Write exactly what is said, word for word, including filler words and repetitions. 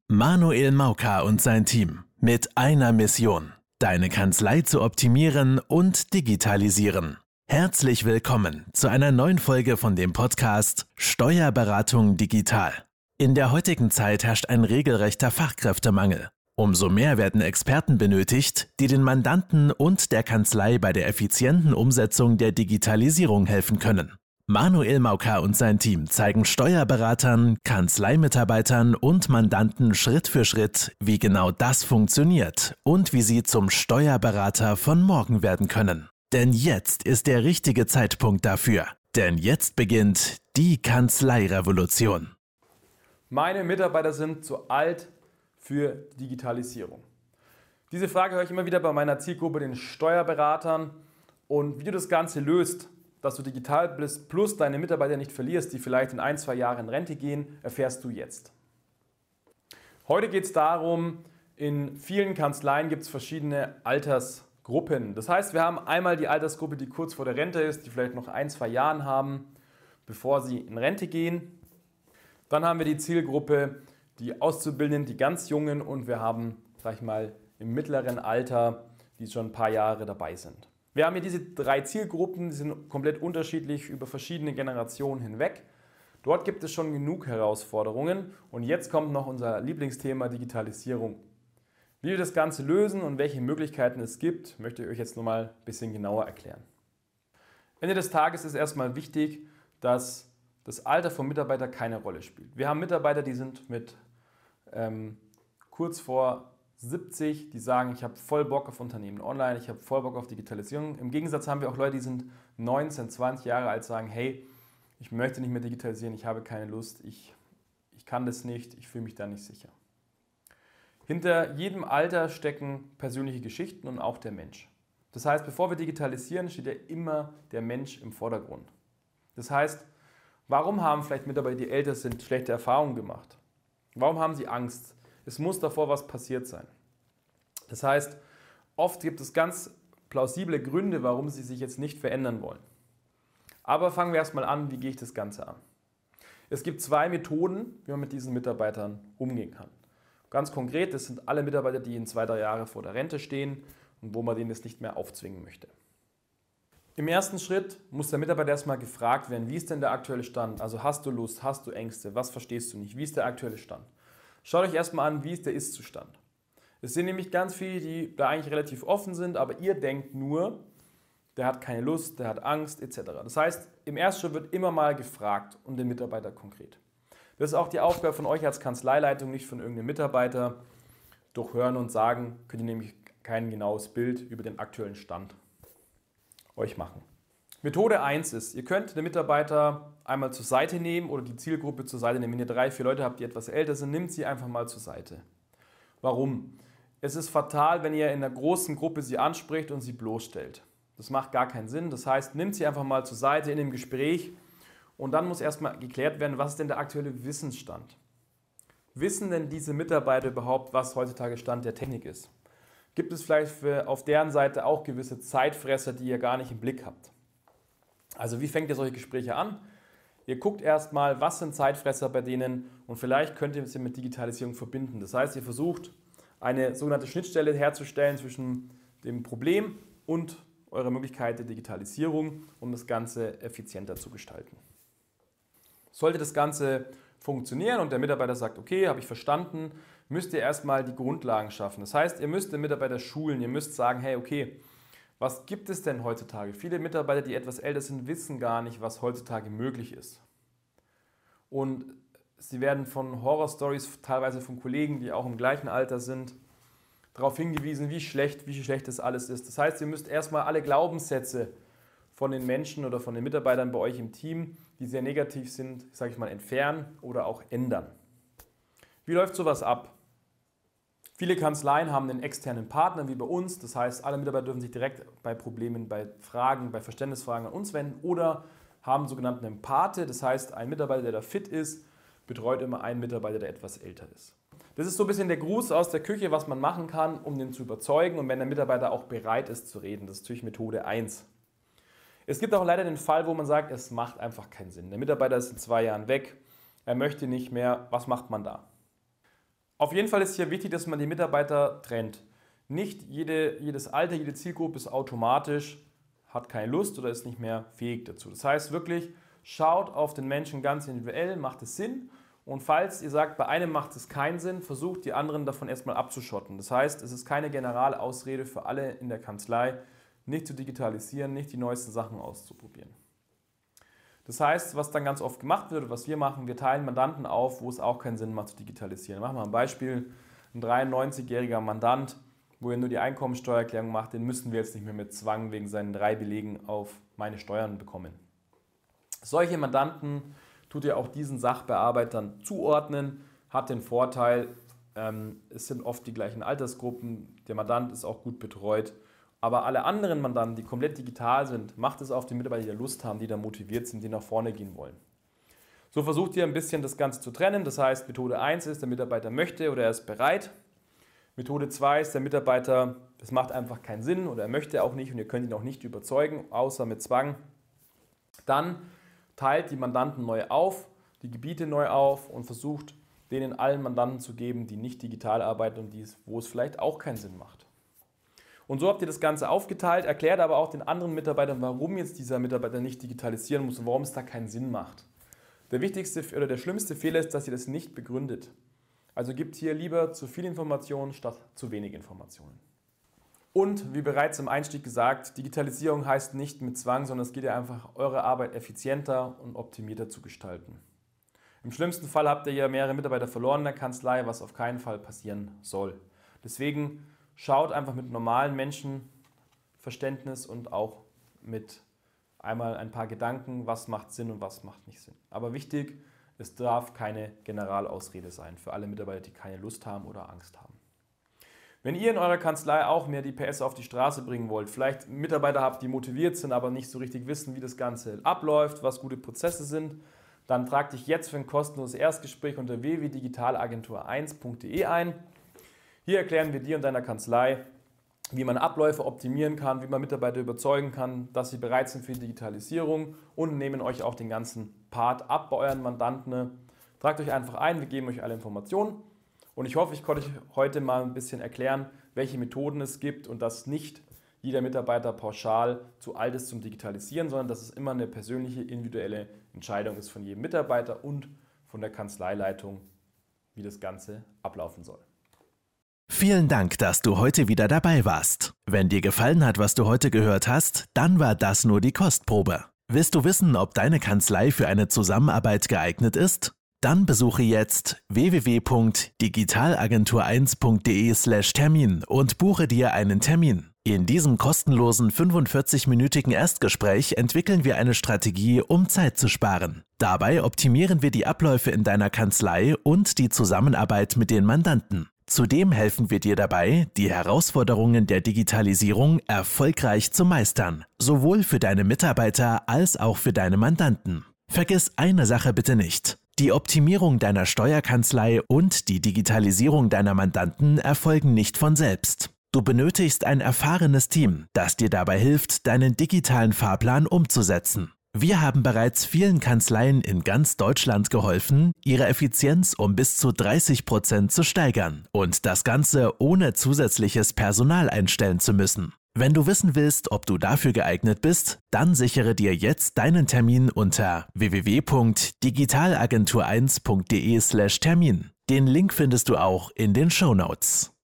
Manuel Mauka und sein Team mit einer Mission: deine Kanzlei zu optimieren und digitalisieren. Herzlich willkommen zu einer neuen Folge von dem Podcast Steuerberatung digital. In der heutigen Zeit herrscht ein regelrechter Fachkräftemangel. Umso mehr werden Experten benötigt, die den Mandanten und der Kanzlei bei der effizienten Umsetzung der Digitalisierung helfen können. Manuel Mauka und sein Team zeigen Steuerberatern, Kanzleimitarbeitern und Mandanten Schritt für Schritt, wie genau das funktioniert und wie sie zum Steuerberater von morgen werden können. Denn jetzt ist der richtige Zeitpunkt dafür. Denn jetzt beginnt die Kanzleirevolution. Meine Mitarbeiter sind zu alt für Digitalisierung. Diese Frage höre ich immer wieder bei meiner Zielgruppe, den Steuerberatern. Und wie du das Ganze löst, dass du digital bist, plus deine Mitarbeiter nicht verlierst, die vielleicht in ein, zwei Jahren in Rente gehen, erfährst du jetzt. Heute geht es darum, in vielen Kanzleien gibt es verschiedene Altersgruppen. Das heißt, wir haben einmal die Altersgruppe, die kurz vor der Rente ist, die vielleicht noch ein, zwei Jahre haben, bevor sie in Rente gehen. Dann haben wir die Zielgruppe, die Auszubildenden, die ganz Jungen, und wir haben, sag ich mal, im mittleren Alter, die schon ein paar Jahre dabei sind. Wir haben hier diese drei Zielgruppen, die sind komplett unterschiedlich über verschiedene Generationen hinweg. Dort gibt es schon genug Herausforderungen und jetzt kommt noch unser Lieblingsthema Digitalisierung. Wie wir das Ganze lösen und welche Möglichkeiten es gibt, möchte ich euch jetzt nochmal ein bisschen genauer erklären. Ende des Tages ist erstmal wichtig, dass das Alter von Mitarbeitern keine Rolle spielt. Wir haben Mitarbeiter, die sind mit ähm, kurz vor siebzig, die sagen, ich habe voll Bock auf Unternehmen online, ich habe voll Bock auf Digitalisierung. Im Gegensatz haben wir auch Leute, die sind neunzehn, zwanzig Jahre alt, sagen, hey, ich möchte nicht mehr digitalisieren, ich habe keine Lust, ich, ich kann das nicht, ich fühle mich da nicht sicher. Hinter jedem Alter stecken persönliche Geschichten und auch der Mensch. Das heißt, bevor wir digitalisieren, steht ja immer der Mensch im Vordergrund. Das heißt, warum haben vielleicht Mitarbeiter, die älter sind, schlechte Erfahrungen gemacht? Warum haben sie Angst? Es muss davor was passiert sein. Das heißt, oft gibt es ganz plausible Gründe, warum sie sich jetzt nicht verändern wollen. Aber fangen wir erstmal an, wie gehe ich das Ganze an? Es gibt zwei Methoden, wie man mit diesen Mitarbeitern umgehen kann. Ganz konkret, das sind alle Mitarbeiter, die in zwei, drei Jahren vor der Rente stehen und wo man denen das nicht mehr aufzwingen möchte. Im ersten Schritt muss der Mitarbeiter erstmal gefragt werden, wie ist denn der aktuelle Stand? Also hast du Lust, hast du Ängste, was verstehst du nicht, wie ist der aktuelle Stand? Schaut euch erstmal an, wie ist der Ist-Zustand. Es sind nämlich ganz viele, die da eigentlich relativ offen sind, aber ihr denkt nur, der hat keine Lust, der hat Angst et cetera. Das heißt, im ersten Schritt wird immer mal gefragt und den Mitarbeiter konkret. Das ist auch die Aufgabe von euch als Kanzleileitung, nicht von irgendeinem Mitarbeiter. Durch Hören und Sagen könnt ihr nämlich kein genaues Bild über den aktuellen Stand euch machen. Methode eins ist, ihr könnt den Mitarbeiter einmal zur Seite nehmen oder die Zielgruppe zur Seite nehmen. Wenn ihr drei, vier Leute habt, die etwas älter sind, nehmt sie einfach mal zur Seite. Warum? Es ist fatal, wenn ihr in einer großen Gruppe sie anspricht und sie bloßstellt. Das macht gar keinen Sinn. Das heißt, nehmt sie einfach mal zur Seite in dem Gespräch und dann muss erstmal geklärt werden, was ist denn der aktuelle Wissensstand? Wissen denn diese Mitarbeiter überhaupt, was heutzutage Stand der Technik ist? Gibt es vielleicht für, auf deren Seite auch gewisse Zeitfresser, die ihr gar nicht im Blick habt? Also wie fängt ihr solche Gespräche an? Ihr guckt erstmal, was sind Zeitfresser bei denen und vielleicht könnt ihr sie mit Digitalisierung verbinden. Das heißt, ihr versucht eine sogenannte Schnittstelle herzustellen zwischen dem Problem und eurer Möglichkeit der Digitalisierung, um das Ganze effizienter zu gestalten. Sollte das Ganze funktionieren und der Mitarbeiter sagt, okay, habe ich verstanden, müsst ihr erstmal die Grundlagen schaffen. Das heißt, ihr müsst den Mitarbeiter schulen, ihr müsst sagen, hey, okay, was gibt es denn heutzutage? Viele Mitarbeiter, die etwas älter sind, wissen gar nicht, was heutzutage möglich ist. Und sie werden von Horrorstories, teilweise von Kollegen, die auch im gleichen Alter sind, darauf hingewiesen, wie schlecht, wie schlecht das alles ist. Das heißt, ihr müsst erstmal alle Glaubenssätze von den Menschen oder von den Mitarbeitern bei euch im Team, die sehr negativ sind, sage ich mal, entfernen oder auch ändern. Wie läuft sowas ab? Viele Kanzleien haben einen externen Partner wie bei uns, das heißt, alle Mitarbeiter dürfen sich direkt bei Problemen, bei Fragen, bei Verständnisfragen an uns wenden oder haben einen sogenannten Empate, das heißt, ein Mitarbeiter, der da fit ist, betreut immer einen Mitarbeiter, der etwas älter ist. Das ist so ein bisschen der Gruß aus der Küche, was man machen kann, um den zu überzeugen und wenn der Mitarbeiter auch bereit ist zu reden. Das ist natürlich Methode eins. Es gibt auch leider den Fall, wo man sagt, es macht einfach keinen Sinn. Der Mitarbeiter ist in zwei Jahren weg, er möchte nicht mehr, was macht man da? Auf jeden Fall ist hier wichtig, dass man die Mitarbeiter trennt. Nicht jede, jedes Alter, jede Zielgruppe ist automatisch, hat keine Lust oder ist nicht mehr fähig dazu. Das heißt wirklich, schaut auf den Menschen ganz individuell, macht es Sinn? Und falls ihr sagt, bei einem macht es keinen Sinn, versucht die anderen davon erstmal abzuschotten. Das heißt, es ist keine Generalausrede für alle in der Kanzlei, nicht zu digitalisieren, nicht die neuesten Sachen auszuprobieren. Das heißt, was dann ganz oft gemacht wird, was wir machen, wir teilen Mandanten auf, wo es auch keinen Sinn macht zu digitalisieren. Machen wir ein Beispiel, ein dreiundneunzigjähriger Mandant, wo er nur die Einkommensteuererklärung macht, den müssen wir jetzt nicht mehr mit Zwang wegen seinen drei Belegen auf meine Steuern bekommen. Solche Mandanten tut ihr auch diesen Sachbearbeitern zuordnen, hat den Vorteil, ähm, es sind oft die gleichen Altersgruppen, der Mandant ist auch gut betreut. Aber alle anderen Mandanten, die komplett digital sind, macht es auf die Mitarbeiter, die da Lust haben, die da motiviert sind, die nach vorne gehen wollen. So versucht ihr ein bisschen das Ganze zu trennen. Das heißt, Methode eins ist, der Mitarbeiter möchte oder er ist bereit. Methode zwei ist, der Mitarbeiter, das macht einfach keinen Sinn oder er möchte auch nicht und ihr könnt ihn auch nicht überzeugen, außer mit Zwang. Dann teilt die Mandanten neu auf, die Gebiete neu auf und versucht, denen allen Mandanten zu geben, die nicht digital arbeiten und die, wo es vielleicht auch keinen Sinn macht. Und so habt ihr das Ganze aufgeteilt, erklärt aber auch den anderen Mitarbeitern, warum jetzt dieser Mitarbeiter nicht digitalisieren muss und warum es da keinen Sinn macht. Der wichtigste oder der schlimmste Fehler ist, dass ihr das nicht begründet. Also gebt hier lieber zu viel Informationen statt zu wenig Informationen. Und wie bereits im Einstieg gesagt, Digitalisierung heißt nicht mit Zwang, sondern es geht ja einfach, eure Arbeit effizienter und optimierter zu gestalten. Im schlimmsten Fall habt ihr ja mehrere Mitarbeiter verloren in der Kanzlei, was auf keinen Fall passieren soll. Deswegen schaut einfach mit normalem Menschenverständnis und auch mit einmal ein paar Gedanken, was macht Sinn und was macht nicht Sinn. Aber wichtig, es darf keine Generalausrede sein für alle Mitarbeiter, die keine Lust haben oder Angst haben. Wenn ihr in eurer Kanzlei auch mehr die P S auf die Straße bringen wollt, vielleicht Mitarbeiter habt, die motiviert sind, aber nicht so richtig wissen, wie das Ganze abläuft, was gute Prozesse sind, dann tragt dich jetzt für ein kostenloses Erstgespräch unter w w w punkt digitalagentur eins punkt de ein. Hier erklären wir dir und deiner Kanzlei, wie man Abläufe optimieren kann, wie man Mitarbeiter überzeugen kann, dass sie bereit sind für die Digitalisierung und nehmen euch auch den ganzen Part ab bei euren Mandanten. Tragt euch einfach ein, wir geben euch alle Informationen und ich hoffe, ich konnte euch heute mal ein bisschen erklären, welche Methoden es gibt und dass nicht jeder Mitarbeiter pauschal zu alt ist zum Digitalisieren, sondern dass es immer eine persönliche, individuelle Entscheidung ist von jedem Mitarbeiter und von der Kanzleileitung, wie das Ganze ablaufen soll. Vielen Dank, dass du heute wieder dabei warst. Wenn dir gefallen hat, was du heute gehört hast, dann war das nur die Kostprobe. Willst du wissen, ob deine Kanzlei für eine Zusammenarbeit geeignet ist? Dann besuche jetzt w w w punkt digitalagentur eins punkt de slash Termin und buche dir einen Termin. In diesem kostenlosen fünfundvierzig-minütigen Erstgespräch entwickeln wir eine Strategie, um Zeit zu sparen. Dabei optimieren wir die Abläufe in deiner Kanzlei und die Zusammenarbeit mit den Mandanten. Zudem helfen wir dir dabei, die Herausforderungen der Digitalisierung erfolgreich zu meistern, sowohl für deine Mitarbeiter als auch für deine Mandanten. Vergiss eine Sache bitte nicht. Die Optimierung deiner Steuerkanzlei und die Digitalisierung deiner Mandanten erfolgen nicht von selbst. Du benötigst ein erfahrenes Team, das dir dabei hilft, deinen digitalen Fahrplan umzusetzen. Wir haben bereits vielen Kanzleien in ganz Deutschland geholfen, ihre Effizienz um bis zu dreißig Prozent zu steigern und das Ganze ohne zusätzliches Personal einstellen zu müssen. Wenn du wissen willst, ob du dafür geeignet bist, dann sichere dir jetzt deinen Termin unter w w w punkt digitalagentur eins punkt de slash Termin. Den Link findest du auch in den Shownotes.